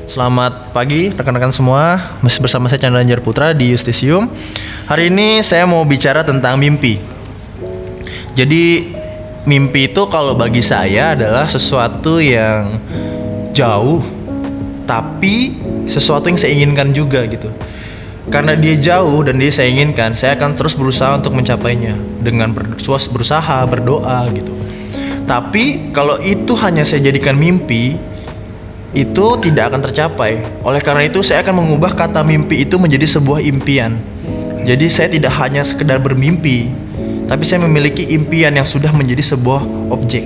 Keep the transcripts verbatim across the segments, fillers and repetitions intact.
Selamat pagi rekan-rekan semua. Masih bersama saya Chandra Anjar Putra di Justisium. Hari ini saya mau bicara tentang mimpi. Jadi mimpi itu kalau bagi saya adalah sesuatu yang jauh, tapi sesuatu yang saya inginkan juga gitu. Karena dia jauh dan dia saya inginkan, saya akan terus berusaha untuk mencapainya dengan bersuas berusaha, berdoa gitu. Tapi kalau itu hanya saya jadikan mimpi, itu tidak akan tercapai. Oleh karena itu saya akan mengubah kata mimpi itu menjadi sebuah impian. Jadi saya tidak hanya sekedar bermimpi, tapi saya memiliki impian yang sudah menjadi sebuah objek.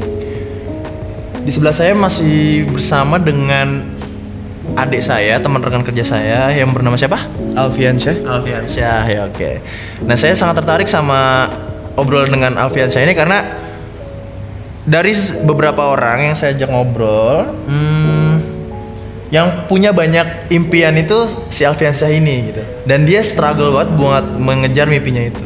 Di sebelah saya masih bersama dengan adik saya, teman rekan kerja saya yang bernama siapa? Alfiansyah. Alfiansyah, ya oke. Okay. Nah saya sangat tertarik sama obrolan dengan Alfiansyah ini karena dari beberapa orang yang saya ajak ngobrol, hmm, yang punya banyak impian itu si Alfiansyah ini gitu. Dan dia struggle banget buat mengejar mimpinya itu.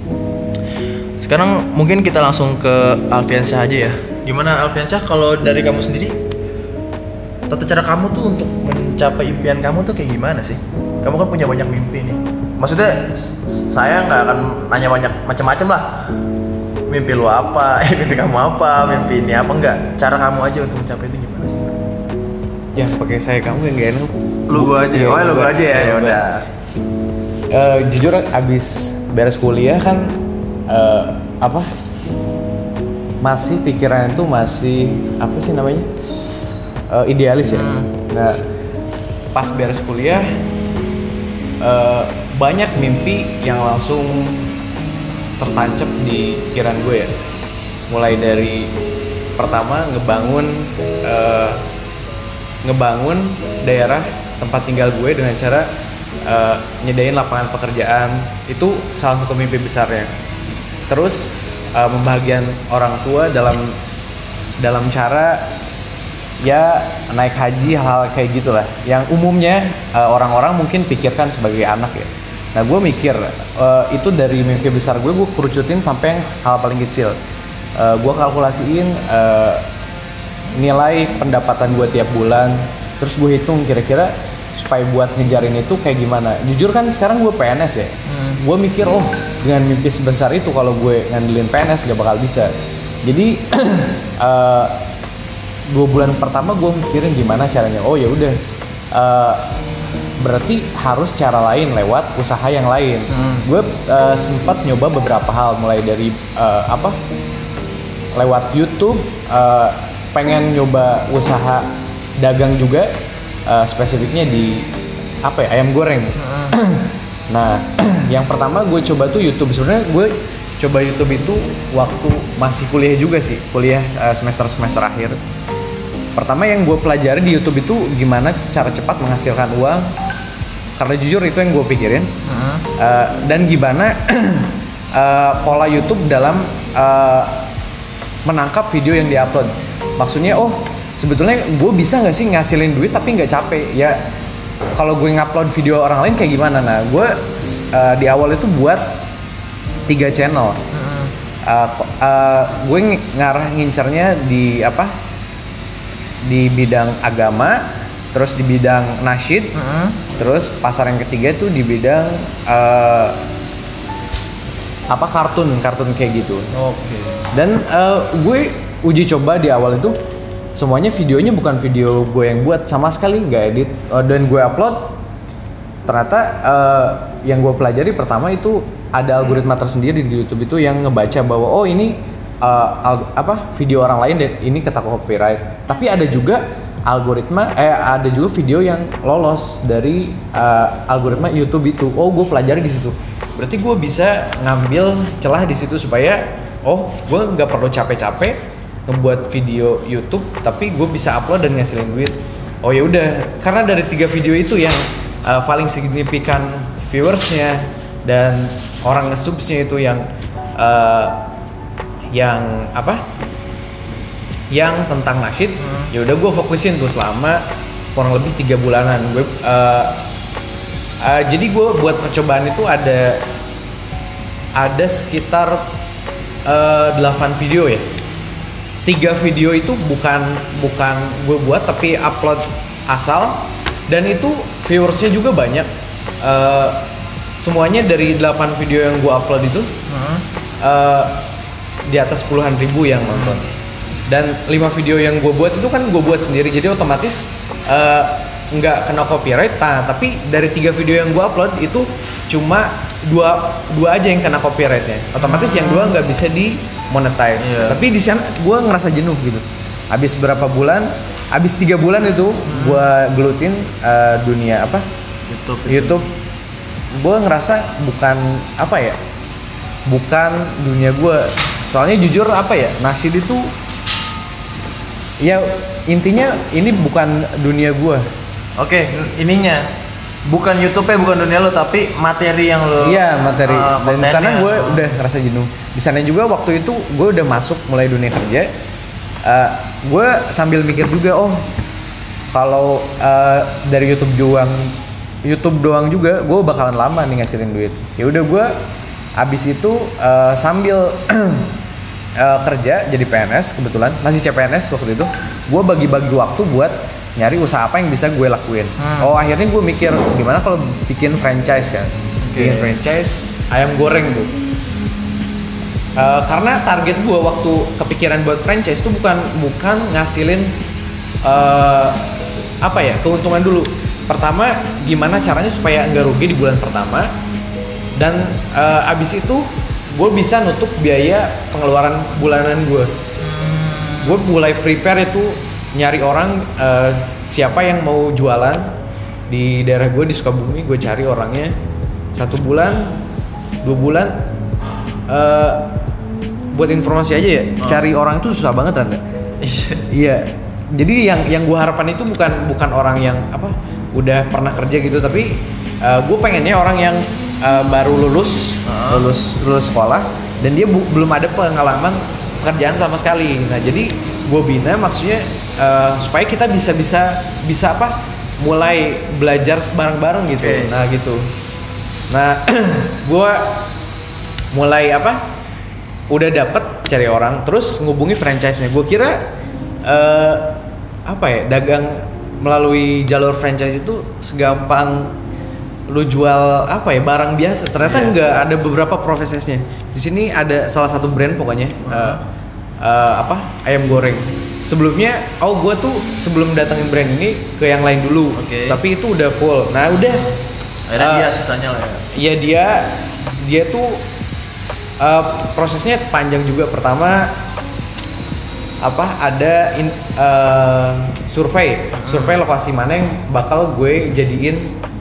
Sekarang mungkin kita langsung ke Alfiansyah aja ya. Gimana Alfiansyah, kalau dari kamu sendiri, tata cara kamu tuh untuk mencapai impian kamu tuh kayak gimana sih? Kamu kan punya banyak mimpi nih. Maksudnya saya nggak akan nanya banyak macam-macam lah. Mimpi lu apa? Eh, mimpi kamu apa? Mimpi ini apa? Enggak. Cara kamu aja untuk mencapai itu gimana sih? Jangan pakai saya kamu yang gak enak. Lu gua aja. Ya, oh, lu gua aja ya. Ya udah. Uh, jujur abis beres kuliah kan uh, apa? Masih pikiran itu masih apa sih namanya? Uh, idealis ya. Hmm. Nah, pas beres kuliah uh, banyak mimpi yang langsung tertancap di pikiran gue ya. Mulai dari pertama ngebangun uh, ngebangun daerah tempat tinggal gue dengan cara uh, nyedain lapangan pekerjaan. Itu salah satu mimpi besarnya. Terus uh, membahagiakan orang tua dalam dalam cara ya naik haji, hal-hal kayak gitulah yang umumnya uh, orang-orang mungkin pikirkan sebagai anak ya. Nah gue mikir uh, itu dari mimpi besar gue, gue kerucutin sampai yang hal paling kecil. uh, Gue kalkulasiin uh, nilai pendapatan gue tiap bulan. Terus gue hitung kira-kira supaya buat ngejarin itu kayak gimana. Jujur kan sekarang gue P N S ya. hmm. Gue mikir oh dengan mimpi sebesar itu kalau gue ngandelin P N S gak bakal bisa. Jadi uh, dua bulan pertama gue mikirin gimana caranya. Oh ya udah uh, berarti harus cara lain lewat usaha yang lain. hmm. Gue uh, sempat nyoba beberapa hal, mulai dari uh, apa lewat YouTube, uh, pengen nyoba usaha dagang juga, uh, spesifiknya di apa ya, ayam goreng. hmm. Nah yang pertama gue coba tuh YouTube. Sebenarnya gue coba YouTube itu waktu masih kuliah juga sih, kuliah uh, semester-semester akhir. Pertama yang gue pelajari di YouTube itu gimana cara cepat menghasilkan uang, karena jujur itu yang gue pikirin. uh-huh. uh, dan gimana uh, pola YouTube dalam uh, menangkap video yang diupload. Maksudnya oh sebetulnya gue bisa nggak sih ngasilin duit tapi nggak capek ya kalau gue ngupload video orang lain kayak gimana. Nah gue uh, di awal itu buat tiga channel. uh-huh. uh, uh, gue ngarah ngincernya di apa di bidang agama, terus di bidang nasyid, uh-huh. terus pasar yang ketiga itu di bidang uh, apa kartun kartun kayak gitu. Oke. Okay. Dan uh, gue uji coba di awal itu semuanya videonya bukan video gue yang buat sama sekali, nggak edit, uh, dan gue upload. Ternyata uh, yang gue pelajari pertama itu ada algoritma tersendiri di YouTube itu yang ngebaca bahwa oh ini Uh, al- apa video orang lain dan ini kata copyright. Tapi ada juga algoritma eh ada juga video yang lolos dari uh, algoritma YouTube itu. Oh gue pelajari di situ. Berarti gue bisa ngambil celah di situ supaya oh gue nggak perlu capek-capek ngebuat video YouTube, tapi gue bisa upload dan ngasilin duit. Oh ya udah, karena dari tiga video itu yang uh, paling signifikan viewersnya dan orang nge-subsnya itu yang uh, yang apa yang tentang nasyid. hmm. Ya udah gue fokusin tuh selama kurang lebih tiga bulanan. Gue uh, uh, jadi gue buat percobaan itu ada ada sekitar uh, delapan video ya. Tiga video itu bukan bukan gue buat tapi upload asal, Dan itu viewersnya juga banyak. Uh, semuanya dari delapan video yang gue upload itu hmm. uh, di atas puluhan ribu yang nonton. Dan lima video yang gue buat itu kan gue buat sendiri, jadi otomatis uh, nggak kena copyright. Nah, tapi dari tiga video yang gue upload itu cuma dua dua aja yang kena copyrightnya. Otomatis hmm. yang dua nggak bisa di monetize. Yeah. Tapi di sana gue ngerasa jenuh gitu. Habis berapa bulan, habis tiga bulan itu hmm. gue gelutin uh, dunia apa? YouTube. YouTube. Gue ngerasa bukan apa ya? Bukan dunia gue. Soalnya jujur apa ya? Nasyid itu ya intinya ini bukan dunia gue. Oke, ininya bukan YouTube-nya, bukan dunia lo, tapi materi yang lo. Iya, materi. Uh, Dan di sana gue udah ngerasa jenuh. Di sana juga waktu itu gue udah masuk mulai dunia kerja. Uh, gue sambil mikir juga, oh kalau uh, dari YouTube doang, YouTube doang juga, gue bakalan lama nih ngasilin duit. Ya udah gue abis itu uh, sambil uh, kerja jadi P N S, kebetulan masih C P N S waktu itu, gue bagi-bagi waktu buat nyari usaha apa yang bisa gue lakuin. Hmm. Oh akhirnya gue mikir gimana kalau bikin franchise kan, okay. bikin franchise ayam goreng tuh. Uh, karena target gue waktu kepikiran buat franchise tuh bukan bukan ngasilin uh, apa ya keuntungan dulu. Pertama gimana caranya supaya nggak rugi di bulan pertama, dan uh, abis itu gue bisa nutup biaya pengeluaran bulanan gue. Hmm. Gue mulai prepare itu nyari orang uh, siapa yang mau jualan di daerah gue di Sukabumi. Gue cari orangnya satu bulan, dua bulan. Uh, buat informasi aja ya, oh. cari orang itu susah banget Randa. Iya. Jadi yang yang gue harapan itu bukan bukan orang yang apa udah pernah kerja gitu, tapi uh, gue pengennya orang yang uh, baru lulus uh. lulus lulus sekolah dan dia bu- belum ada pengalaman pekerjaan sama sekali. Nah jadi gue bina maksudnya uh, supaya kita bisa bisa bisa apa mulai belajar bareng-bareng gitu. Okay. Nah gitu. Nah gue mulai apa udah dapet cari orang terus ngubungi franchise-nya. Gue kira uh, apa ya dagang melalui jalur franchise itu segampang lu jual apa ya barang biasa. Ternyata yeah. enggak, ada beberapa prosesnya. Di sini ada salah satu brand pokoknya uh-huh. uh, uh, apa ayam goreng. Sebelumnya oh gue tuh sebelum datengin brand ini ke yang lain dulu. Okay. Tapi itu udah full. Nah udah akhirnya uh, dia sisanya lah ya. Iya dia dia tuh uh, prosesnya panjang juga. Pertama apa ada in, uh, survei survei lokasi mana yang bakal gue jadiin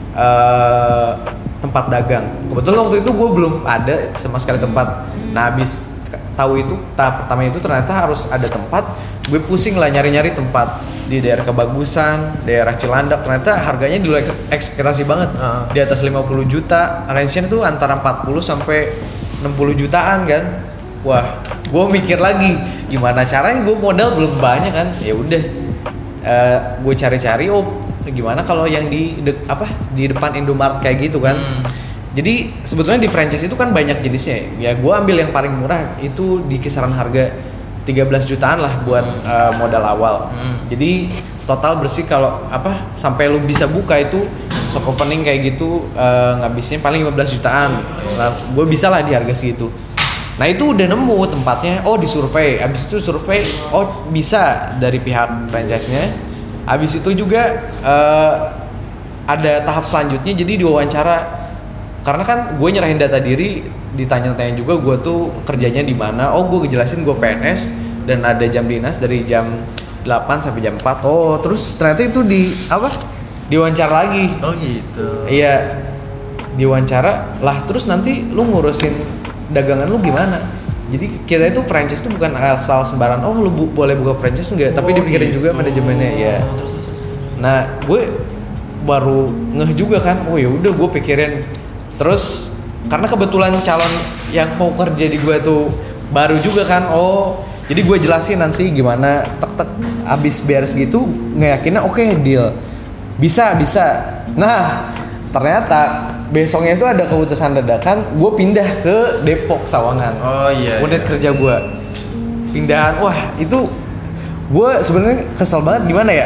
uh, tempat dagang. Kebetulan waktu itu gue belum ada sama sekali tempat. Nah habis tahu itu tahap pertama itu ternyata harus ada tempat, gue pusing lah nyari-nyari tempat di daerah Kebagusan, daerah Cilandak. Ternyata harganya di luar ekspektasi banget, uh. di atas lima puluh juta, range-nya tuh antara empat puluh sampai enam puluh jutaan kan. Wah, gue mikir lagi gimana caranya, gue modal belum banyak kan. Ya udah, uh, gue cari-cari. Oh, gimana kalau yang di de- apa di depan Indomaret kayak gitu kan. Hmm. Jadi sebetulnya di franchise itu kan banyak jenisnya. Ya gue ambil yang paling murah itu di kisaran harga tiga belas jutaan lah buat uh, modal awal. Hmm. Jadi total bersih kalau apa sampai lu bisa buka itu shop opening kayak gitu uh, ngabisnya paling lima belas jutaan. Nah, gue bisa lah di harga segitu. Nah itu udah nemu tempatnya, oh disurvei, abis itu survei, oh bisa dari pihak franchise-nya. Abis itu juga uh, ada tahap selanjutnya, jadi diwawancara. Karena kan gue nyerahin data diri, ditanya-tanya juga gue tuh kerjanya di mana. Oh gue ngejelasin gue P N S dan ada jam dinas dari jam delapan sampai jam empat. Oh terus ternyata itu di apa? Diwawancara lagi. Oh gitu. Iya, diwawancara lah. Terus nanti lu ngurusin dagangan lu gimana? Jadi kita itu franchise itu bukan asal sembarangan. Oh lu bu- boleh buka franchise enggak? Tapi oh, dipikirin gitu. Juga manajemennya ya. Nah gue baru ngeh juga kan. Oh ya udah gue pikirin. Terus karena kebetulan calon yang mau kerja di gue tuh baru juga kan. Oh jadi gue jelasin nanti gimana tek tek abis beres gitu ngeyakinnya oke okay, deal bisa bisa. Nah ternyata besoknya itu ada keputusan dadakan, gue pindah ke Depok Sawangan. Oh iya. Unit iya. kerja gue pindahan, wah itu gue sebenarnya kesel banget gimana ya?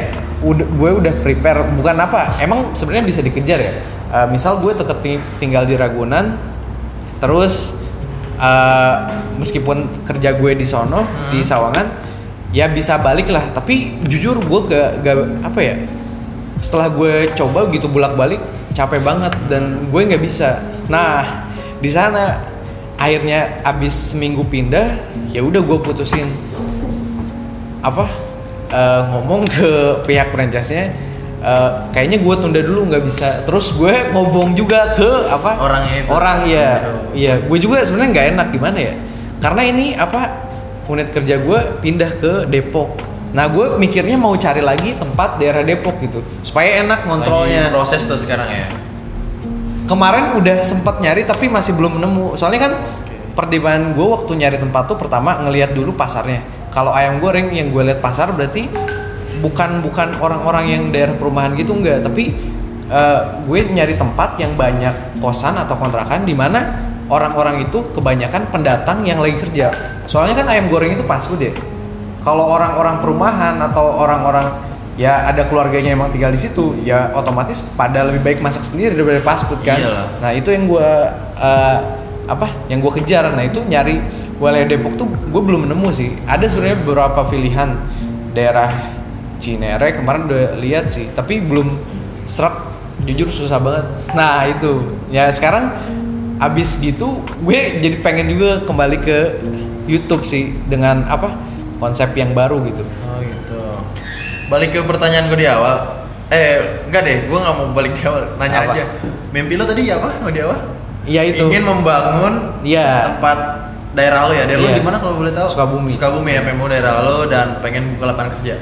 udah gue udah prepare, bukan apa, emang sebenarnya bisa dikejar ya. Uh, misal gue tetap ting- tinggal di Ragunan, terus uh, meskipun kerja gue di sono hmm. di Sawangan, ya bisa balik lah. Tapi jujur gue gak, gak apa ya, setelah gue coba gitu bolak-balik capek banget dan gue nggak bisa. Nah di sana akhirnya abis seminggu pindah, ya udah gue putusin apa uh, ngomong ke pihak franchise-nya, uh, kayaknya gue tunda dulu, nggak bisa. Terus gue ngobong juga ke apa orangnya itu. Orang ya, iya. Gue juga sebenarnya nggak enak gimana ya, karena ini apa unit kerja gue pindah ke Depok. Nah gue mikirnya mau cari lagi tempat daerah Depok gitu supaya enak ngontrolnya. Lagi proses tuh sekarang ya. Kemarin udah sempat nyari tapi masih belum nemu. Soalnya kan okay. pertimbangan gue waktu nyari tempat tuh pertama ngelihat dulu pasarnya. Kalau ayam goreng yang gue lihat pasar berarti bukan bukan orang-orang yang daerah perumahan gitu, enggak, tapi uh, gue nyari tempat yang banyak kosan atau kontrakan di mana orang-orang itu kebanyakan pendatang yang lagi kerja. Soalnya kan ayam goreng itu fast food ya. Kalau orang-orang perumahan atau orang-orang ya ada keluarganya emang tinggal di situ, ya otomatis pada lebih baik masak sendiri daripada fast food kan. Iyalah. Nah itu yang gue uh, apa? Yang gue kejar. Nah itu nyari wilayah Depok tuh gue belum nemu sih. Ada sebenarnya beberapa pilihan daerah Cinere kemarin udah lihat sih, tapi belum serak. Jujur susah banget. Nah itu ya sekarang abis gitu gue jadi pengen juga kembali ke YouTube sih dengan apa konsep yang baru gitu. Oh gitu. Balik ke pertanyaan gue di awal. Eh enggak deh, gue nggak mau balik ke awal. Nanya apa? Aja. Mimpi lo tadi apa? Mau di awal? Iya itu. Ingin membangun ya. tempat daerah lo ya. Daerah ya. lo di mana kalau boleh tahu? Sukabumi. Sukabumi ya, pengen daerah lo dan pengen buka lapangan kerja.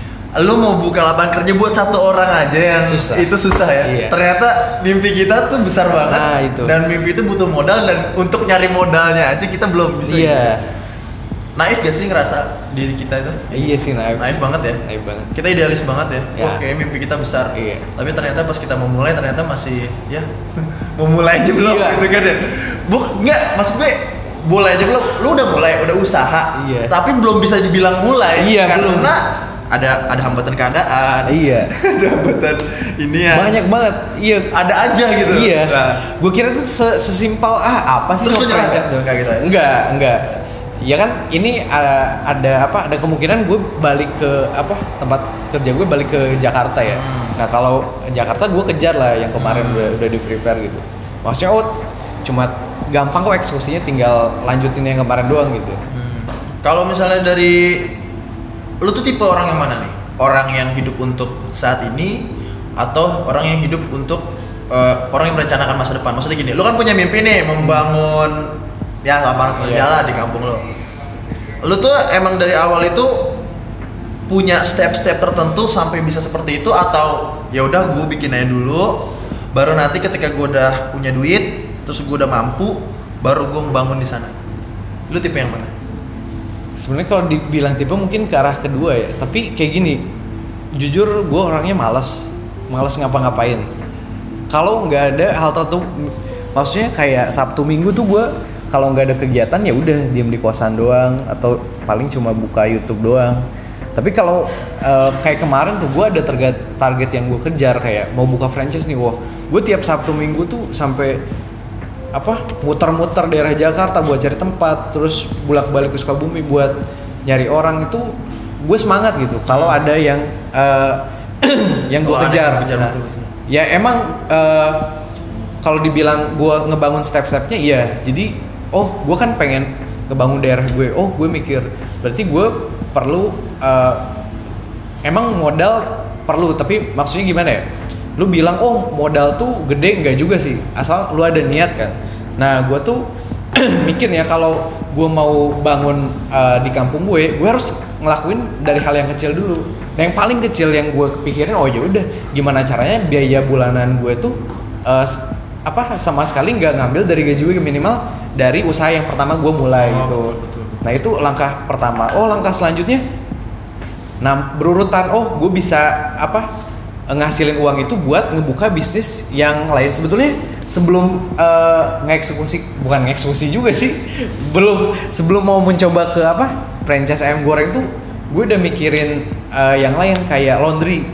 Lu mau buka lapangan kerja buat satu orang aja yang susah. Itu susah ya. Iya. Ternyata mimpi kita tuh besar banget. Nah, itu. Dan mimpi itu butuh modal dan untuk nyari modalnya aja kita belum bisa. Iya. Gitu. Naif gak sih ngerasa diri kita itu? Iya sih naif. Naif banget ya. Naif banget. Kita idealis banget ya. Ya. Wah, kayak mimpi kita besar. Iya. Tapi ternyata pas kita mau mulai ternyata masih ya mau mulai aja belum iya. gitu kan ya. Buk, enggak, maksud gue mulai aja belum. Lu udah mulai, udah usaha. Iya. Tapi belum bisa dibilang mulai iya, karena belum. ada ada hambatan keadaan. Iya. Ada hambatan ini ya. Banyak banget. Iya. Ada aja gitu. Iya. Nah. Gue kira tuh se- sesimpel ah apa sih Terus lu nyerah franchise dong kayak gitu. Enggak, enggak. Ya kan ini ada, ada apa? Ada kemungkinan gue balik ke apa? Tempat kerja gue balik ke Jakarta ya. Hmm. Nah, kalau Jakarta gue kejar lah yang kemarin hmm. udah udah di prepare gitu. Maksudnya oh cuma gampang kok eksekusinya, tinggal lanjutin yang kemarin doang gitu. Hmm. Kalau misalnya dari lu tuh tipe orang yang mana nih? Orang yang hidup untuk saat ini atau orang yang hidup untuk uh, orang yang merencanakan masa depan? Maksudnya gini, lu kan punya mimpi nih membangun ya lapangan kerja lah di kampung lo. Lu tuh emang dari awal itu punya step-step tertentu sampai bisa seperti itu atau ya udah gue bikin aja dulu, baru nanti ketika gue udah punya duit, terus gue udah mampu, baru gue membangun di sana. Lu tipe yang mana? Sebenarnya kalau dibilang tipe mungkin ke arah kedua ya, tapi kayak gini, jujur gue orangnya malas, malas ngapa-ngapain. Kalau nggak ada hal tertentu, maksudnya kayak Sabtu Minggu tuh gue kalau nggak ada kegiatan ya udah diem di kosan doang atau paling cuma buka YouTube doang. Tapi kalau uh, kayak kemarin tuh gue ada target target yang gue kejar kayak mau buka franchise nih, wah gue tiap Sabtu Minggu tuh sampai apa muter-muter daerah Jakarta buat cari tempat, terus bolak-balik ke Sukabumi buat nyari orang. Itu gue semangat gitu kalau ada yang uh, yang gue kejar. kejar nah, betul, betul. Ya emang uh, kalau dibilang gue ngebangun step-stepnya iya, jadi oh gue kan pengen ngebangun daerah gue, oh gue mikir berarti gue perlu uh, emang modal perlu, tapi maksudnya gimana ya, lu bilang oh modal tuh gede, enggak juga sih asal lu ada niat kan. Nah gue tuh mikirnya kalau gue mau bangun uh, di kampung gue, gue harus ngelakuin dari hal yang kecil dulu. Nah yang paling kecil yang gue kepikirin, oh ya udah gimana caranya biaya bulanan gue tuh uh, apa sama sekali nggak ngambil dari gaji gue, minimal dari usaha yang pertama gue mulai. Oh, gitu. Betul, betul, betul. Nah itu langkah pertama. Oh langkah selanjutnya, nah berurutan. Oh gue bisa apa ngasilin uang itu buat ngebuka bisnis yang lain. Sebetulnya sebelum uh, ngeksekusi, bukan ngeksekusi juga sih, belum sebelum mau mencoba ke apa franchise ayam goreng tuh gue udah mikirin uh, yang lain kayak laundry.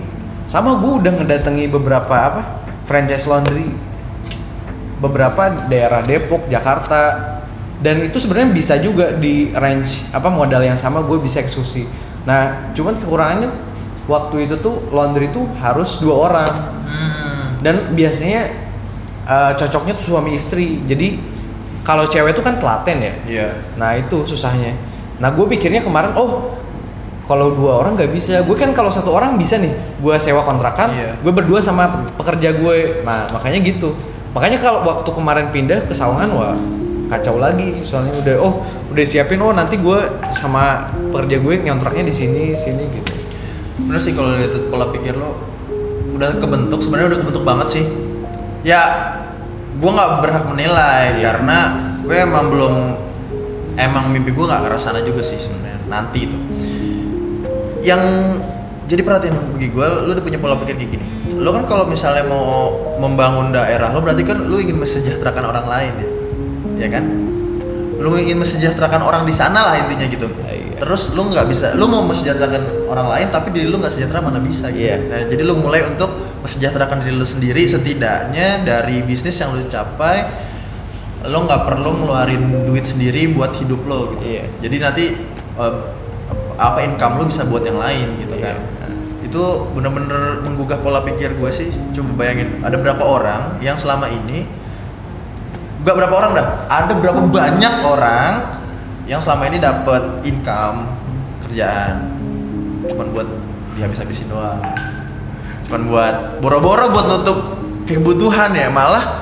Sama gue udah ngedatangi beberapa apa franchise laundry, beberapa daerah Depok, Jakarta, dan itu sebenarnya bisa juga di range apa modal yang sama gue bisa eksekusi. Nah cuman kekurangannya waktu itu tuh laundry tuh harus dua orang hmm. dan biasanya uh, cocoknya tuh suami istri. Jadi kalau cewek tuh kan telaten ya. Iya. Nah itu susahnya. Nah gue pikirnya kemarin oh kalau dua orang nggak bisa, gue kan kalau satu orang bisa nih, gue sewa kontrakan, yeah. gue berdua sama pekerja gue, nah makanya gitu, makanya kalau waktu kemarin pindah ke Sawangan, wah kacau lagi, soalnya udah, oh udah siapin, oh nanti gue sama pekerja gue ngontraknya di sini, sini gitu. Bener sih kalau lihat pola pikir lo udah kebentuk, sebenarnya udah kebentuk banget sih. Ya, gue nggak berhak menilai yeah. karena gue emang belum, emang mimpi gue nggak ke arah sana juga sih sebenarnya nanti itu. Yang jadi perhatian bagi gue, lu udah punya pola pikir kayak gini. Lu kan kalau misalnya mau membangun daerah, lu berarti kan lu ingin mesejahterakan orang lain ya, ya kan? Lu ingin mesejahterakan orang di sana lah intinya gitu. Iya. Terus lu nggak bisa, lu mau mesejahterakan orang lain tapi diri lu nggak sejahtera mana bisa gitu. Iya. Nah, jadi lu mulai untuk mesejahterakan diri lu sendiri, setidaknya dari bisnis yang lu capai, lu nggak perlu ngeluarin duit sendiri buat hidup lo gitu. Iya. Jadi nanti uh, apa income lu bisa buat yang lain gitu yeah. kan. Itu bener-bener menggugah pola pikir gue sih. Coba bayangin ada berapa orang yang selama ini, gak berapa orang dah, ada berapa banyak orang yang selama ini dapat income kerjaan cuman buat dihabis-habisin doang, cuman buat boro-boro buat nutup kebutuhan ya, malah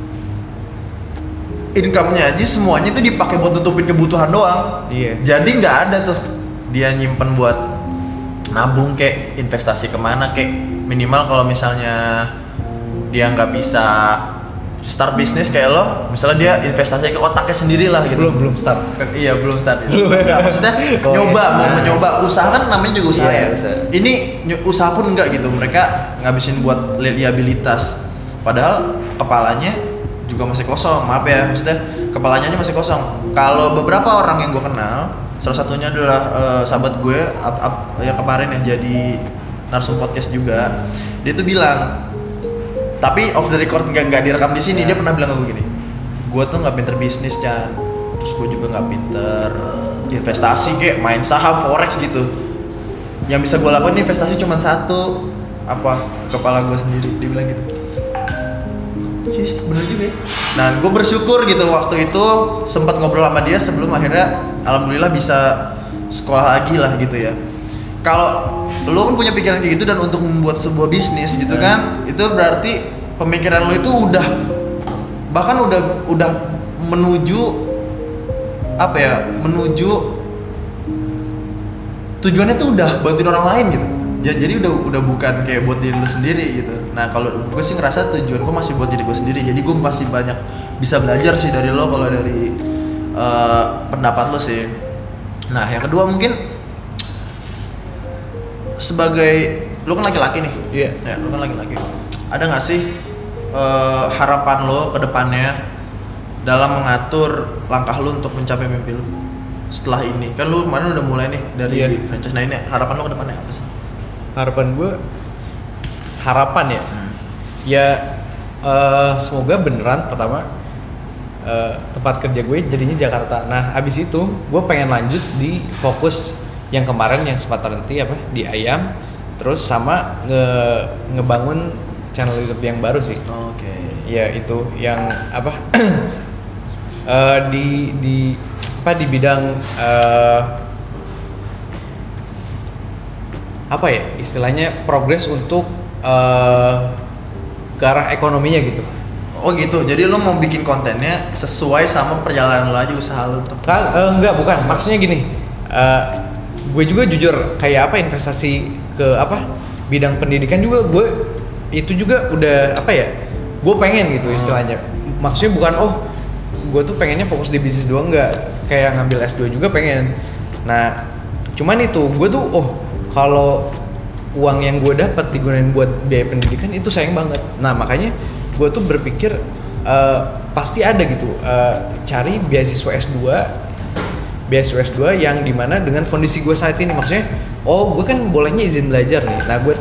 income-nya aja semuanya itu dipakai buat nutupin kebutuhan doang. Iya. Jadi nggak ada tuh dia nyimpen buat nabung kek, investasi kemana kek. Minimal kalau misalnya dia nggak bisa start bisnis kayak lo, misalnya dia investasi ke otaknya sendiri lah gitu. Belum belum start. Iya belum start. Belum. Nggak, maksudnya oh, nyoba iya. mau mencoba usaha kan namanya juga usaha iya, ya. Usaha. Ini usaha pun enggak gitu. Mereka ngabisin buat liabilitas. Padahal kepalanya juga masih kosong. Maaf ya, maksudnya kepalanya masih kosong. Kalau beberapa orang yang gue kenal, salah satunya adalah uh, sahabat gue up, up, yang kemarin yang jadi narsum podcast juga, dia tuh bilang, tapi off the record nggak nggak direkam di sini, yeah. Dia pernah bilang ke gue gini, gue tuh nggak pinter bisnis Chan, terus gue juga nggak pinter investasi kayak main saham forex gitu, yang bisa gue lakuin investasi cuma satu, apa kepala gue sendiri. Dia bilang gitu. Sih bener juga ya. Nah gue bersyukur gitu waktu itu sempat ngobrol sama dia sebelum akhirnya alhamdulillah bisa sekolah lagi lah gitu ya. Kalau lo kan punya pikiran kayak gitu dan untuk membuat sebuah bisnis gitu kan, itu berarti pemikiran lo itu udah bahkan udah udah menuju apa ya, menuju tujuannya tuh udah bantuin orang lain gitu. Jadi udah udah bukan kayak buat diri lu sendiri gitu. Nah kalau gue sih ngerasa tujuan gue masih buat diri gue sendiri. Jadi gue masih banyak bisa belajar sih dari lo kalau dari uh, pendapat lo sih. Nah yang kedua mungkin sebagai lo kan laki-laki nih. Iya. Yeah. Ya lo kan laki-laki. Ada nggak sih uh, harapan lo ke depannya dalam mengatur langkah lo untuk mencapai mimpi lo setelah ini? Kan lo kemarin udah mulai nih dari yeah. franchise. Nah ini harapan lo ke depannya apa sih? Harapan gue, harapan ya, hmm. ya uh, semoga beneran pertama uh, tempat kerja gue jadinya Jakarta. Nah abis itu gue pengen lanjut di fokus yang kemarin yang sempat terhenti apa di Ayam, terus sama nge ngebangun channel YouTube yang baru sih. Oke. Okay. Ya itu yang apa uh, di di apa di bidang uh, apa ya istilahnya progres untuk uh, ke arah ekonominya gitu. Oh gitu, jadi lo mau bikin kontennya sesuai sama perjalanan lo aja usaha lo tuh? Kal- uh, enggak, bukan, maksudnya gini, uh, gue juga jujur kayak apa investasi ke apa bidang pendidikan juga gue itu juga udah apa ya, gue pengen gitu istilahnya. Maksudnya bukan oh gue tuh pengennya fokus di bisnis doang, enggak, kayak ngambil S dua juga pengen. Nah cuman itu gue tuh oh kalau uang yang gue dapat digunain buat biaya pendidikan itu sayang banget. Nah makanya gue tuh berpikir uh, pasti ada gitu uh, cari beasiswa S dua, beasiswa S dua yang dimana dengan kondisi gue saat ini, maksudnya oh gue kan bolehnya izin belajar nih. Nah gue tuh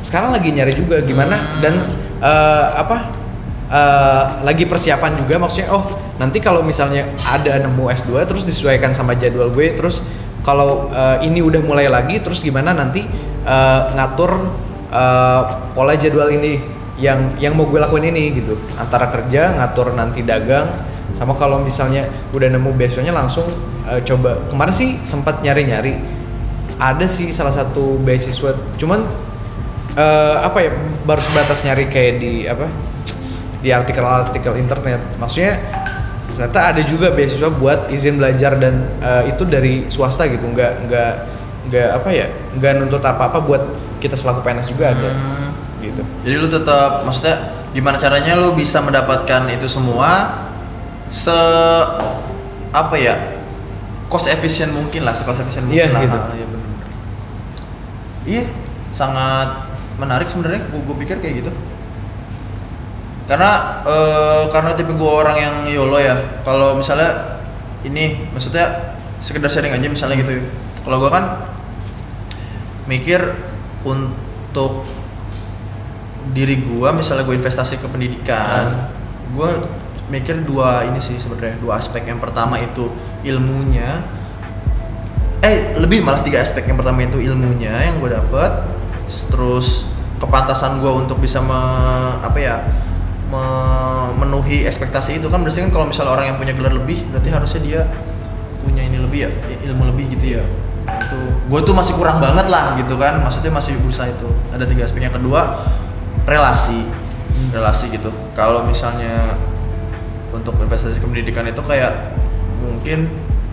sekarang lagi nyari juga gimana Hmm. dan uh, apa uh, lagi persiapan juga, maksudnya oh nanti kalau misalnya ada nemu S dua terus disesuaikan sama jadwal gue, terus kalau uh, ini udah mulai lagi terus gimana nanti uh, ngatur uh, pola jadwal ini yang yang mau gue lakuin ini gitu, antara kerja ngatur nanti dagang sama kalau misalnya udah nemu beasiswanya langsung uh, coba. Kemarin sih sempat nyari-nyari ada sih salah satu beasiswa, cuman uh, apa ya baru sebatas nyari kayak di apa di artikel-artikel internet, maksudnya ternyata ada juga beasiswa buat izin belajar dan uh, itu dari swasta gitu, nggak nggak nggak apa ya nggak nuntut apa-apa buat kita selaku P N S juga ada Hmm. gitu. Jadi lu tetap, maksudnya gimana caranya lu bisa mendapatkan itu semua se apa ya cost efisien mungkin lah, se cost efisien mungkin Iya, lah. gitu. Ah, iya benar. Iya, sangat menarik sebenarnya. Gue, gue pikir kayak gitu. Karena eh, karena tipe gue orang yang YOLO ya. Kalau misalnya ini, maksudnya sekedar sharing aja misalnya gitu. Kalau gue kan mikir untuk diri gue, misalnya gue investasi ke pendidikan, gue mikir dua ini sih sebenarnya, dua aspek. Yang pertama itu ilmunya, eh lebih malah tiga aspek. Yang pertama itu ilmunya yang gue dapet, terus kepantasan gue untuk bisa me, apa ya memenuhi ekspektasi itu kan. Berarti kan kalau misalnya orang yang punya gelar lebih berarti harusnya dia punya ini lebih ya, ilmu lebih gitu ya. Itu gue tuh masih kurang banget lah gitu kan, maksudnya masih berusaha itu. Ada tiga aspek. Yang kedua relasi, relasi gitu. Kalau misalnya untuk investasi ke pendidikan itu kayak mungkin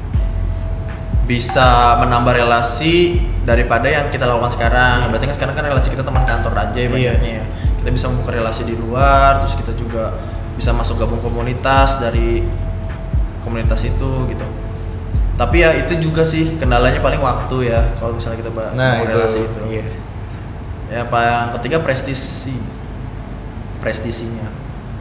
bisa menambah relasi daripada yang kita lakukan sekarang. Berarti kan sekarang kan relasi kita teman kantor aja ya banyaknya ya. Kita bisa membuka relasi di luar, terus kita juga bisa masuk gabung komunitas dari komunitas itu gitu. Tapi ya itu juga sih kendalanya paling waktu ya kalau misalnya kita bahas Nah, itu, relasi itu. iya. Ya, apa yang ketiga prestisi, prestisinya.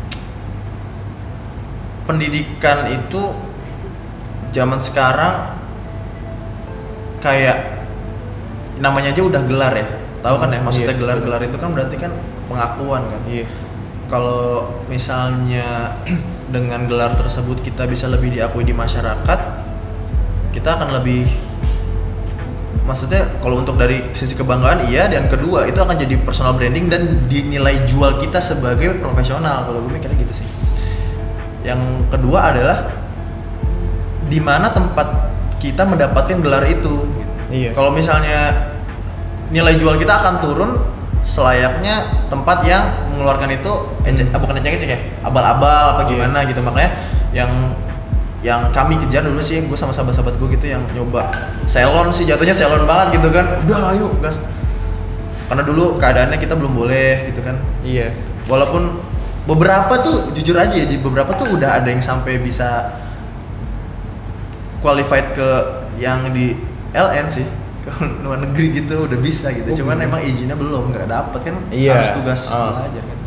Pendidikan itu zaman sekarang kayak namanya aja udah gelar ya, tahu kan ya, maksudnya Iya. gelar-gelar itu kan berarti kan pengakuan kan. Iya. Kalau misalnya dengan gelar tersebut kita bisa lebih diakui di masyarakat, kita akan lebih, maksudnya kalau untuk dari sisi kebanggaan iya, dan kedua itu akan jadi personal branding dan dinilai jual kita sebagai profesional. Kalau gue mikirnya gitu sih. Yang kedua adalah di mana tempat kita mendapatkan gelar itu gitu. Iya. Kalau misalnya nilai jual kita akan turun selayaknya tempat yang mengeluarkan itu ecek, Hmm. bukan ecek-ecek ya, abal-abal apa gimana gitu. Makanya yang yang kami kejar dulu sih, gue sama sahabat-sahabat gue gitu yang nyoba salon sih, jatuhnya salon banget gitu kan. Udah lah yuk gas, karena dulu keadaannya kita belum boleh gitu kan. Iya. Walaupun beberapa tuh jujur aja ya, beberapa tuh udah ada yang sampai bisa qualified ke yang di L N sih, ke luar negeri gitu udah bisa gitu. Oh, Cuman bener. emang izinnya belum, nggak dapet kan. Iya. Harus tugas Oh. aja kan.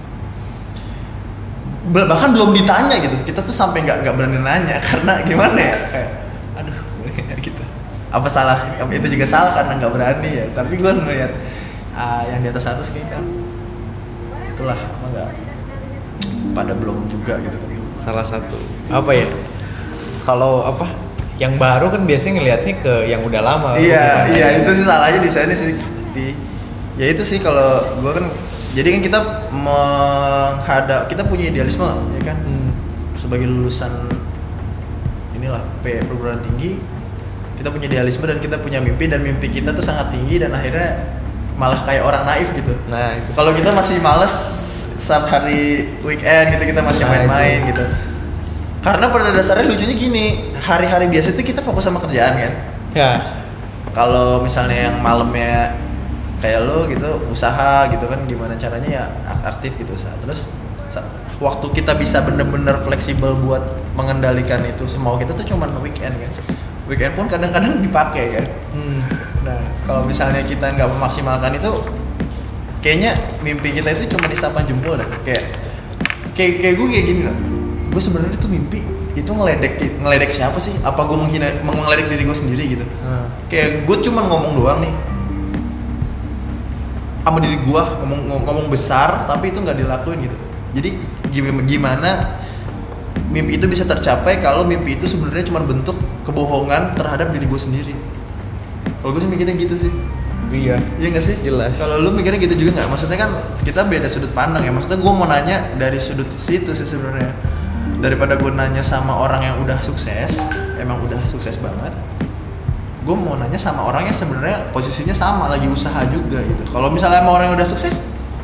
Bel- bahkan belum ditanya gitu, kita tuh sampai nggak nggak berani nanya karena gimana ya, kayak aduh boleh nggak gitu, apa salah, apa itu juga salah karena nggak berani ya. Tapi gue ngeliat ah, yang di atas atas kayak kan itulah apa nggak pada belum juga gitu kan. Salah satu apa ya, kalau apa yang baru kan biasanya ngelihatnya ke yang udah lama. Iya, Gimana? iya itu sih salahnya di sana sih. Tapi ya itu sih kalau gua kan, jadi kan kita menghadap, kita punya idealisme ya kan. Hmm. Sebagai lulusan inilah P perguruan tinggi, kita punya idealisme dan kita punya mimpi, dan mimpi kita tuh sangat tinggi dan akhirnya malah kayak orang naif gitu. Nah, itu. Kalau kita masih males saat hari weekend gitu, kita masih Nah, main-main itu. gitu. Karena pada dasarnya lucunya gini, hari-hari biasa itu kita fokus sama kerjaan kan. Ya. Kalau misalnya yang malamnya kayak lo gitu, usaha gitu kan, gimana caranya ya ak- aktif gitu usaha. Terus sa- waktu kita bisa bener-bener fleksibel buat mengendalikan itu semua kita tuh cuman weekend kan. Weekend pun kadang-kadang dipakai kan. Hmm. Nah, kalau misalnya kita nggak memaksimalkan itu, kayaknya mimpi kita itu cuma disapan jempol dah. Kayak kayak kayak gue kayak gini loh. Gue sebenarnya tuh mimpi itu ngeledek ngeledek siapa sih? Apa gue menghina ngeledek diri gue sendiri gitu? Hmm. Kayak gue cuma ngomong doang nih. sama diri gua ngomong ngomong besar tapi itu nggak dilakuin gitu. Jadi gimana mimpi itu bisa tercapai kalau mimpi itu sebenarnya cuma bentuk kebohongan terhadap diri gua sendiri. Kalau gua sih mikirnya gitu sih. Iya. Iya nggak sih? Jelas. Kalau lu mikirnya gitu juga nggak? Maksudnya kan kita beda sudut pandang ya. Maksudnya gua mau nanya dari sudut situ sih sebenarnya. Daripada gua nanya sama orang yang udah sukses, emang udah sukses banget. Gue mau nanya sama orang yang sebenarnya posisinya sama, lagi usaha juga gitu. Kalau misalnya sama orang yang udah sukses,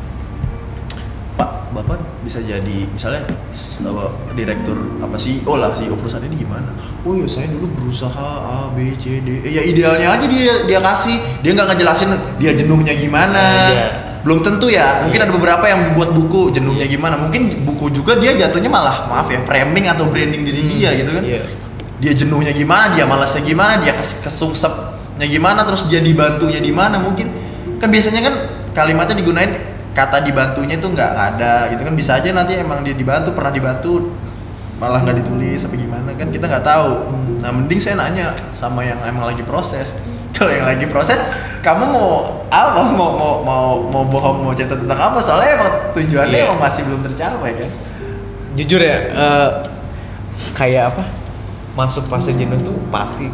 Pak, Bapak bisa jadi misalnya apa, direktur apa C E O lah, C E O perusahaan ini gimana? Oh ya saya dulu berusaha A, B, C, D. Eh, ya idealnya aja dia dia kasih, dia nggak ngejelasin dia jenuhnya gimana. Iya. Belum tentu ya, mungkin Iya. ada beberapa yang buat buku jenuhnya gimana. Mungkin buku juga dia jatuhnya malah maaf ya framing atau branding diri Hmm, dia gitu kan. iya. Dia jenuhnya gimana, dia malasnya gimana, dia kes kesungsepnya gimana, terus dia dibantunya di mana mungkin. Kan biasanya kan kalimatnya digunain kata dibantunya itu nggak ada gitu kan, bisa aja nanti emang dia dibantu, pernah dibantu malah nggak ditulis apa gimana kan, kita nggak tahu. Nah mending saya nanya sama yang emang lagi proses. Kalau yang lagi proses, kamu mau apa, mau mau mau mau bohong, mau cerita tentang apa, soalnya emang tujuannya Iya. emang masih belum tercapai kan. Jujur ya, eh, kayak apa? Masuk fase jenuh tuh pasti.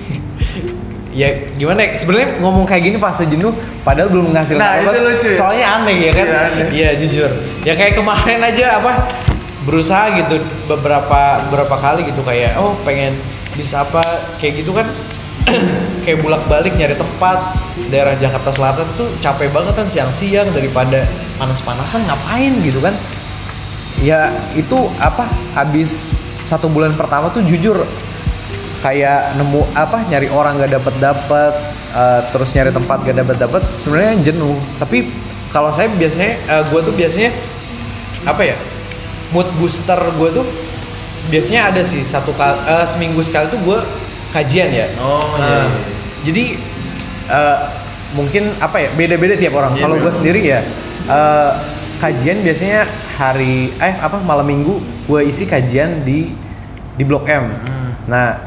Ya gimana ya? Sebenarnya ngomong kayak gini fase jenuh padahal belum menghasilkan Nah, apa. itu lucu ya? Soalnya aneh ya kan? Iya, aneh. Iya jujur. Ya kayak kemarin aja apa berusaha gitu beberapa beberapa kali gitu kayak oh pengen bisa apa kayak gitu kan. Kayak bolak-balik nyari tempat daerah Jakarta Selatan tuh capek banget kan siang-siang daripada panas-panasan ngapain gitu kan. Ya itu apa habis satu bulan pertama tuh jujur kayak nemu apa nyari orang gak dapet dapet uh, terus nyari tempat gak dapet dapet sebenarnya jenuh. Tapi kalau saya biasanya uh, gue tuh biasanya apa ya mood booster gue tuh biasanya ada sih satu kali uh, seminggu sekali tuh gue kajian ya. Oh Nah, iya. jadi uh, mungkin apa ya beda-beda tiap orang. Iya, Kalau gue beda. sendiri ya uh, kajian biasanya hari eh apa malam minggu gue isi kajian di di Blok M. Hmm. Nah,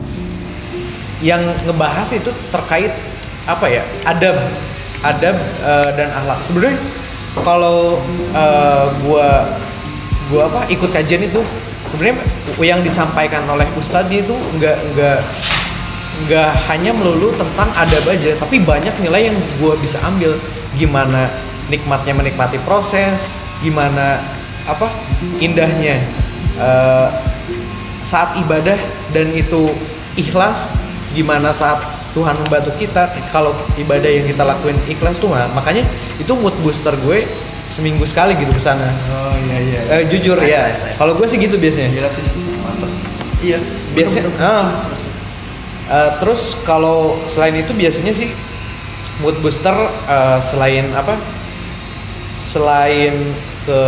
yang ngebahas itu terkait apa ya adab adab uh, dan akhlak. Sebenarnya kalau uh, gue gue apa ikut kajian itu sebenarnya yang disampaikan oleh ustadz itu nggak nggak nggak hanya melulu tentang adab aja, tapi banyak nilai yang gue bisa ambil. Gimana nikmatnya menikmati proses, gimana apa indahnya uh, saat ibadah dan itu ikhlas, gimana saat Tuhan membantu kita kalau ibadah yang kita lakuin ikhlas tuh. Nah, makanya itu mood booster gue seminggu sekali gitu ke sana. Oh iya iya. Eh, jujur Nice, ya. nice, nice. Kalau gue sih gitu biasanya. Gila sih, mantap. Iya. Biasanya. bener-bener. Ah. Uh, terus kalau selain itu biasanya sih mood booster uh, selain apa? Selain ke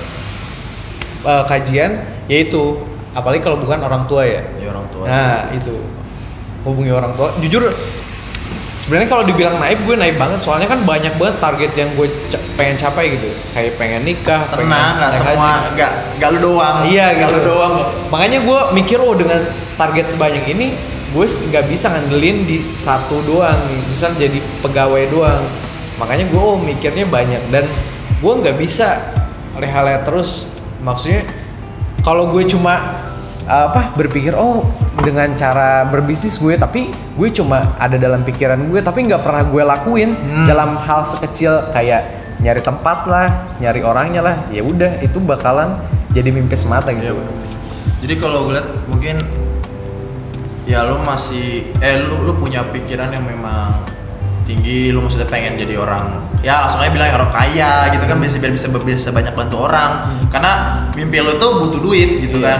uh, kajian, yaitu apalagi kalau bukan orang tua ya. Ya orang tua. Nah itu hubungi orang tua. Jujur sebenarnya kalau dibilang naif gue naif banget. Soalnya kan banyak banget target yang gue ca- pengen capai gitu. Kayak pengen nikah. pengen Tenang, nggak naik semua, haji. nggak nggak lu doang. Iya nggak gitu. lu doang kok. Makanya gue mikir oh dengan target sebanyak ini gue nggak bisa ngandelin di satu doang nih. Misal jadi pegawai doang. Makanya gue oh mikirnya banyak dan gue nggak bisa leha-leha terus. Maksudnya kalau gue cuma apa berpikir oh dengan cara berbisnis gue tapi gue cuma ada dalam pikiran gue tapi nggak pernah gue lakuin Hmm. dalam hal sekecil kayak nyari tempat lah nyari orangnya lah ya udah itu bakalan jadi mimpi semata Iya gitu. benar. Jadi kalau gue lihat mungkin ya lu masih eh lu lu punya pikiran yang memang tinggi, lu maksudnya pengen jadi orang ya langsung aja bilang orang kaya gitu kan, biar biar bisa bisa banyak bantu orang karena mimpi lu tuh butuh duit gitu Iya. kan.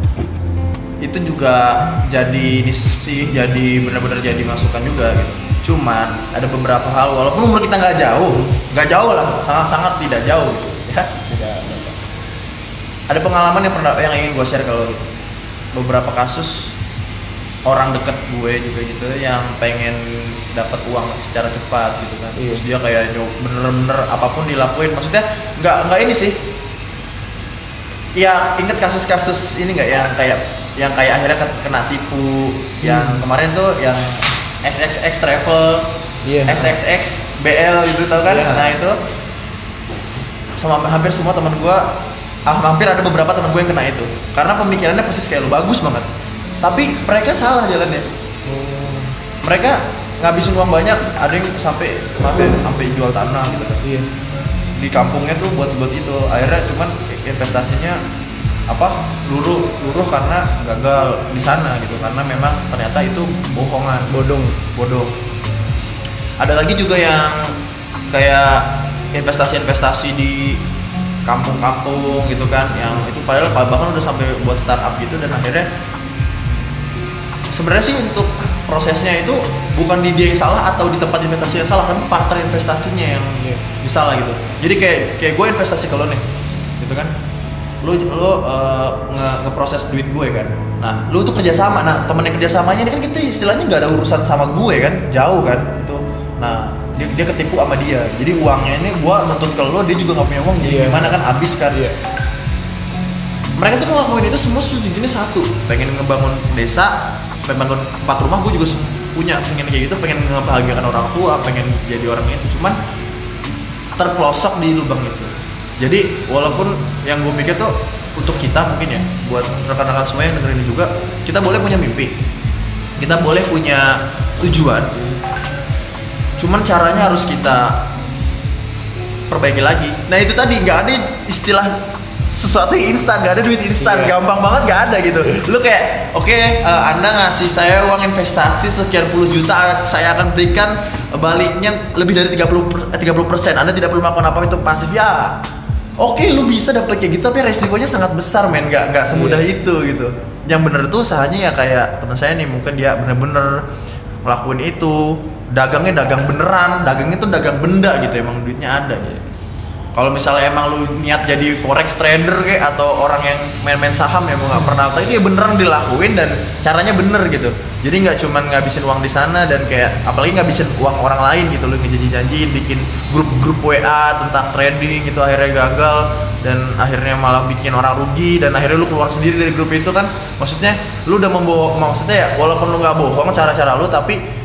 Itu juga jadi ini sih jadi benar-benar jadi masukan juga gitu. Cuman ada beberapa hal walaupun umur kita nggak jauh, nggak jauh lah, sangat-sangat tidak jauh gitu ya. Tidak, tidak. Ada pengalaman yang pernah yang ingin gue share kalau beberapa kasus orang deket gue juga gitu yang pengen dapat uang secara cepat gitu kan. Iya. Terus dia kayak nyob bener-bener apapun dilakuin, maksudnya nggak nggak ini sih. Ya inget kasus-kasus ini nggak yang kayak yang kayak akhirnya kena tipu, yang Hmm. kemarin tuh yang X X X travel, Iya. X X X B L gitu tau kan? Iya. Nah itu sama hampir semua teman gue, ah, hampir ada beberapa teman gue yang kena itu karena pemikirannya persis kayak lu, bagus banget tapi mereka salah jalannya. Mereka ngabisin uang banyak, ada yang sampai maaf ya, sampai jual tanah gitu kan. Iya. Di kampungnya tuh buat buat itu, akhirnya cuman investasinya apa luruh luruh karena gagal di sana gitu, karena memang ternyata itu bohongan, Bodong. bodoh. Ada lagi juga yang kayak investasi-investasi di kampung-kampung gitu kan, yang itu padahal bahkan udah sampai buat startup gitu, dan akhirnya sebenarnya sih untuk prosesnya itu bukan di dia yang salah atau di tempat investasi yang salah, kan partner investasinya yang Iya. salah gitu. Jadi kayak kayak gue investasi ke lo nih, gitu kan, lo lo uh, nge ngeproses duit gue kan. Nah, lo tuh kerjasama. Nah, temen yang kerjasamanya ini kan kita istilahnya nggak ada urusan sama gue kan, jauh kan itu. Nah, dia, dia ketipu sama dia. Jadi uangnya ini gue nuntut ke lo, dia juga nggak punya uang. Jadi Iya. gimana kan, habis kan. Iya. Mereka tuh ngelakuin itu semua tujuannya satu, pengen ngebangun desa, membangun empat rumah. Gue juga punya pengen kayak gitu, pengen ngebahagiakan orang tua, pengen jadi orang itu, cuman terpelosok di lubang itu. Jadi walaupun yang gue mikir tuh untuk kita mungkin ya, buat rekan-rekan semua yang dengerin ini juga, kita boleh punya mimpi, kita boleh punya tujuan, cuman caranya harus kita perbaiki lagi. Nah itu tadi, nggak ada istilah sesuatu yang instan, nggak ada duit instan, Iya. gampang banget nggak ada gitu. Lu kayak, oke, okay, uh, anda ngasih saya uang investasi sekian puluh juta, saya akan berikan baliknya lebih dari tiga puluh persen. Anda tidak perlu melakukan apa itu pasif ya. Oke, okay, lu bisa dapet kayak gitu, tapi resikonya sangat besar, men. Nggak nggak semudah Iya. itu gitu. Yang bener tuh usahanya ya kayak teman saya nih, mungkin dia bener-bener ngelakuin itu, dagangnya dagang beneran, dagangnya tuh dagang benda gitu, emang duitnya ada gitu. Kalau misalnya emang lu niat jadi forex trader kayak atau orang yang main-main saham yang gua nggak pernah tahu, itu ya beneran dilakuin dan caranya bener gitu. Jadi nggak cuman ngabisin uang di sana dan kayak apalagi ngabisin uang orang lain gitu, lu ngejanji-janjiin bikin grup-grup W A tentang trading itu akhirnya gagal dan akhirnya malah bikin orang rugi dan akhirnya lu keluar sendiri dari grup itu kan. Maksudnya lu udah membohong, maksudnya ya walaupun lu nggak bohong cara-cara lu, tapi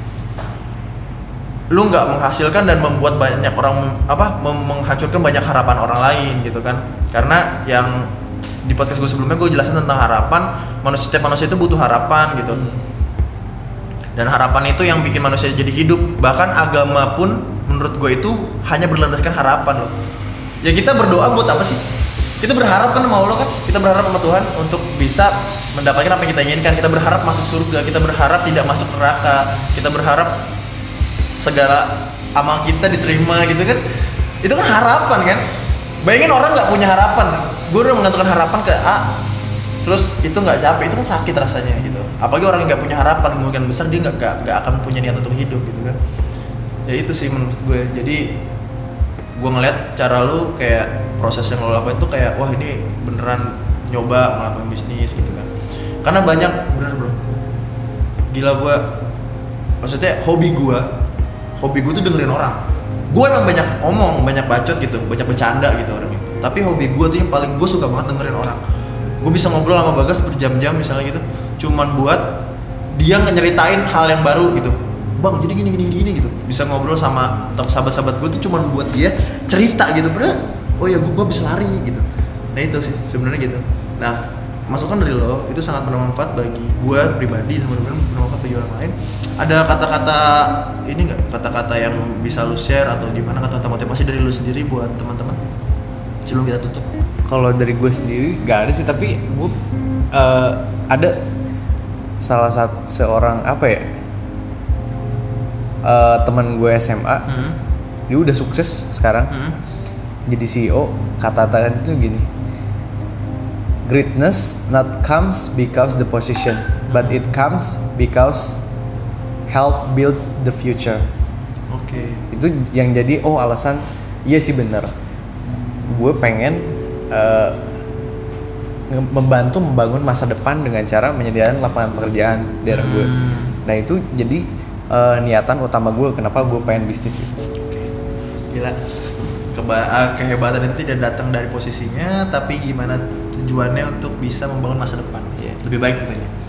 lu nggak menghasilkan dan membuat banyak orang apa mem- menghancurkan banyak harapan orang lain gitu kan. Karena yang di podcast gue sebelumnya gue jelasin tentang harapan, manusia, setiap manusia itu butuh harapan gitu, dan harapan itu yang bikin manusia jadi hidup. Bahkan agama pun menurut gue itu hanya berlandaskan harapan loh. Ya kita berdoa buat apa sih? Kita berharap kan sama Allah kan, kita berharap sama Tuhan untuk bisa mendapatkan apa yang kita inginkan. Kita berharap masuk surga, kita berharap tidak masuk neraka, kita berharap segala amal kita diterima gitu kan. Itu kan harapan kan. Bayangin orang nggak punya harapan, gue udah menggantungkan harapan ke A, terus itu nggak capek, itu kan sakit rasanya gitu. Apalagi orang yang nggak punya harapan, kemungkinan besar dia nggak nggak akan punya niat untuk hidup gitu kan. Ya itu sih menurut gue. Jadi gue ngeliat cara lu kayak proses yang lo lakuin tuh kayak wah ini beneran nyoba ngelakuin bisnis gitu kan. Karena banyak bener bro, gila gue, maksudnya hobi gue hobi gue tuh dengerin orang. Gue emang banyak ngomong, banyak bacot gitu, banyak bercanda gitu orangnya. Tapi hobi gue tuh yang paling gue suka banget dengerin orang. Gue bisa ngobrol sama Bagas berjam-jam misalnya gitu, cuman buat dia nyeritain hal yang baru gitu. Bang, jadi gini gini gini gitu. Bisa ngobrol sama sahabat-sahabat gue tuh cuman buat dia cerita gitu. Bener, oh ya gue, gue bisa lari gitu. Nah itu sih sebenarnya gitu. Nah masukan dari lo itu sangat bermanfaat bagi gue pribadi dan benar-benar bermanfaat bagi orang lain. Ada kata-kata ini nggak, kata-kata yang bisa lo share atau gimana, kata-kata motivasi dari lo sendiri buat teman-teman sebelum kita tutup? Kalau dari gue sendiri gak ada sih, tapi gue uh, ada salah satu seorang apa ya uh, teman gue S M A, Hmm. dia udah sukses sekarang, Hmm. jadi C E O. Kata-kata itu gini, greatness not comes because the position, but it comes because help build the future. Oke. Okay. Itu yang jadi oh alasan iya sih bener, gue pengen uh, nge- membantu membangun masa depan dengan cara menyediakan lapangan pekerjaan di daerah gue. Hmm. Nah itu jadi uh, niatan utama gue kenapa gue pengen bisnis itu. Oke. Gila. Keba- uh, kehebatan itu tidak datang dari posisinya, tapi gimana tujuannya untuk bisa membangun masa depan. Iya. Lebih baik tentunya.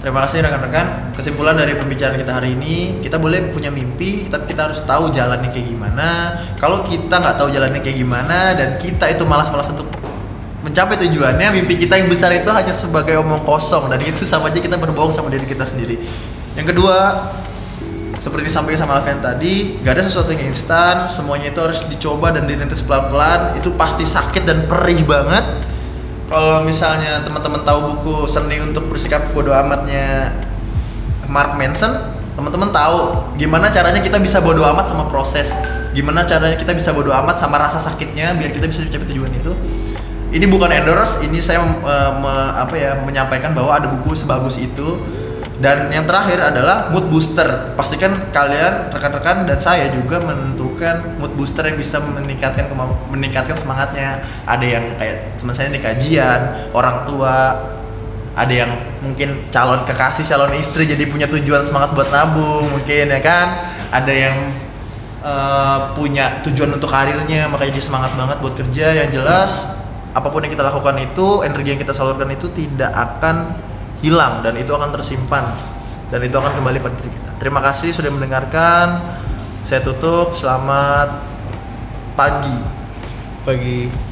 Terima kasih rekan-rekan. Kesimpulan dari pembicaraan kita hari ini, kita boleh punya mimpi, tapi kita harus tahu jalannya kayak gimana. Kalau kita nggak tahu jalannya kayak gimana dan kita itu malas-malas untuk mencapai tujuannya, mimpi kita yang besar itu hanya sebagai omong kosong dan itu sama aja kita berbohong sama diri kita sendiri. Yang kedua, seperti disampaikan sama Alfian tadi, gak ada sesuatu yang instan, semuanya itu harus dicoba dan dirintis pelan-pelan. Itu pasti sakit dan perih banget. Kalau misalnya teman-teman tahu buku Seni untuk Bersikap Bodo Amatnya Mark Manson, teman-teman tahu gimana caranya kita bisa bodo amat sama proses, gimana caranya kita bisa bodo amat sama rasa sakitnya biar kita bisa mencapai tujuan itu. Ini bukan endorse, ini saya uh, me, apa ya menyampaikan bahwa ada buku sebagus itu. Dan yang terakhir adalah mood booster. Pastikan kalian rekan-rekan dan saya juga menentukan mood booster yang bisa meningkatkan meningkatkan semangatnya. Ada yang kayak teman saya di kajian, orang tua, ada yang mungkin calon kekasih, calon istri jadi punya tujuan semangat buat nabung mungkin ya kan. Ada yang uh, punya tujuan untuk karirnya makanya dia semangat banget buat kerja. Yang jelas apapun yang kita lakukan itu, energi yang kita salurkan itu tidak akan hilang dan itu akan tersimpan dan itu akan kembali pada diri kita. Terima kasih sudah mendengarkan. Saya tutup. Selamat pagi. Pagi.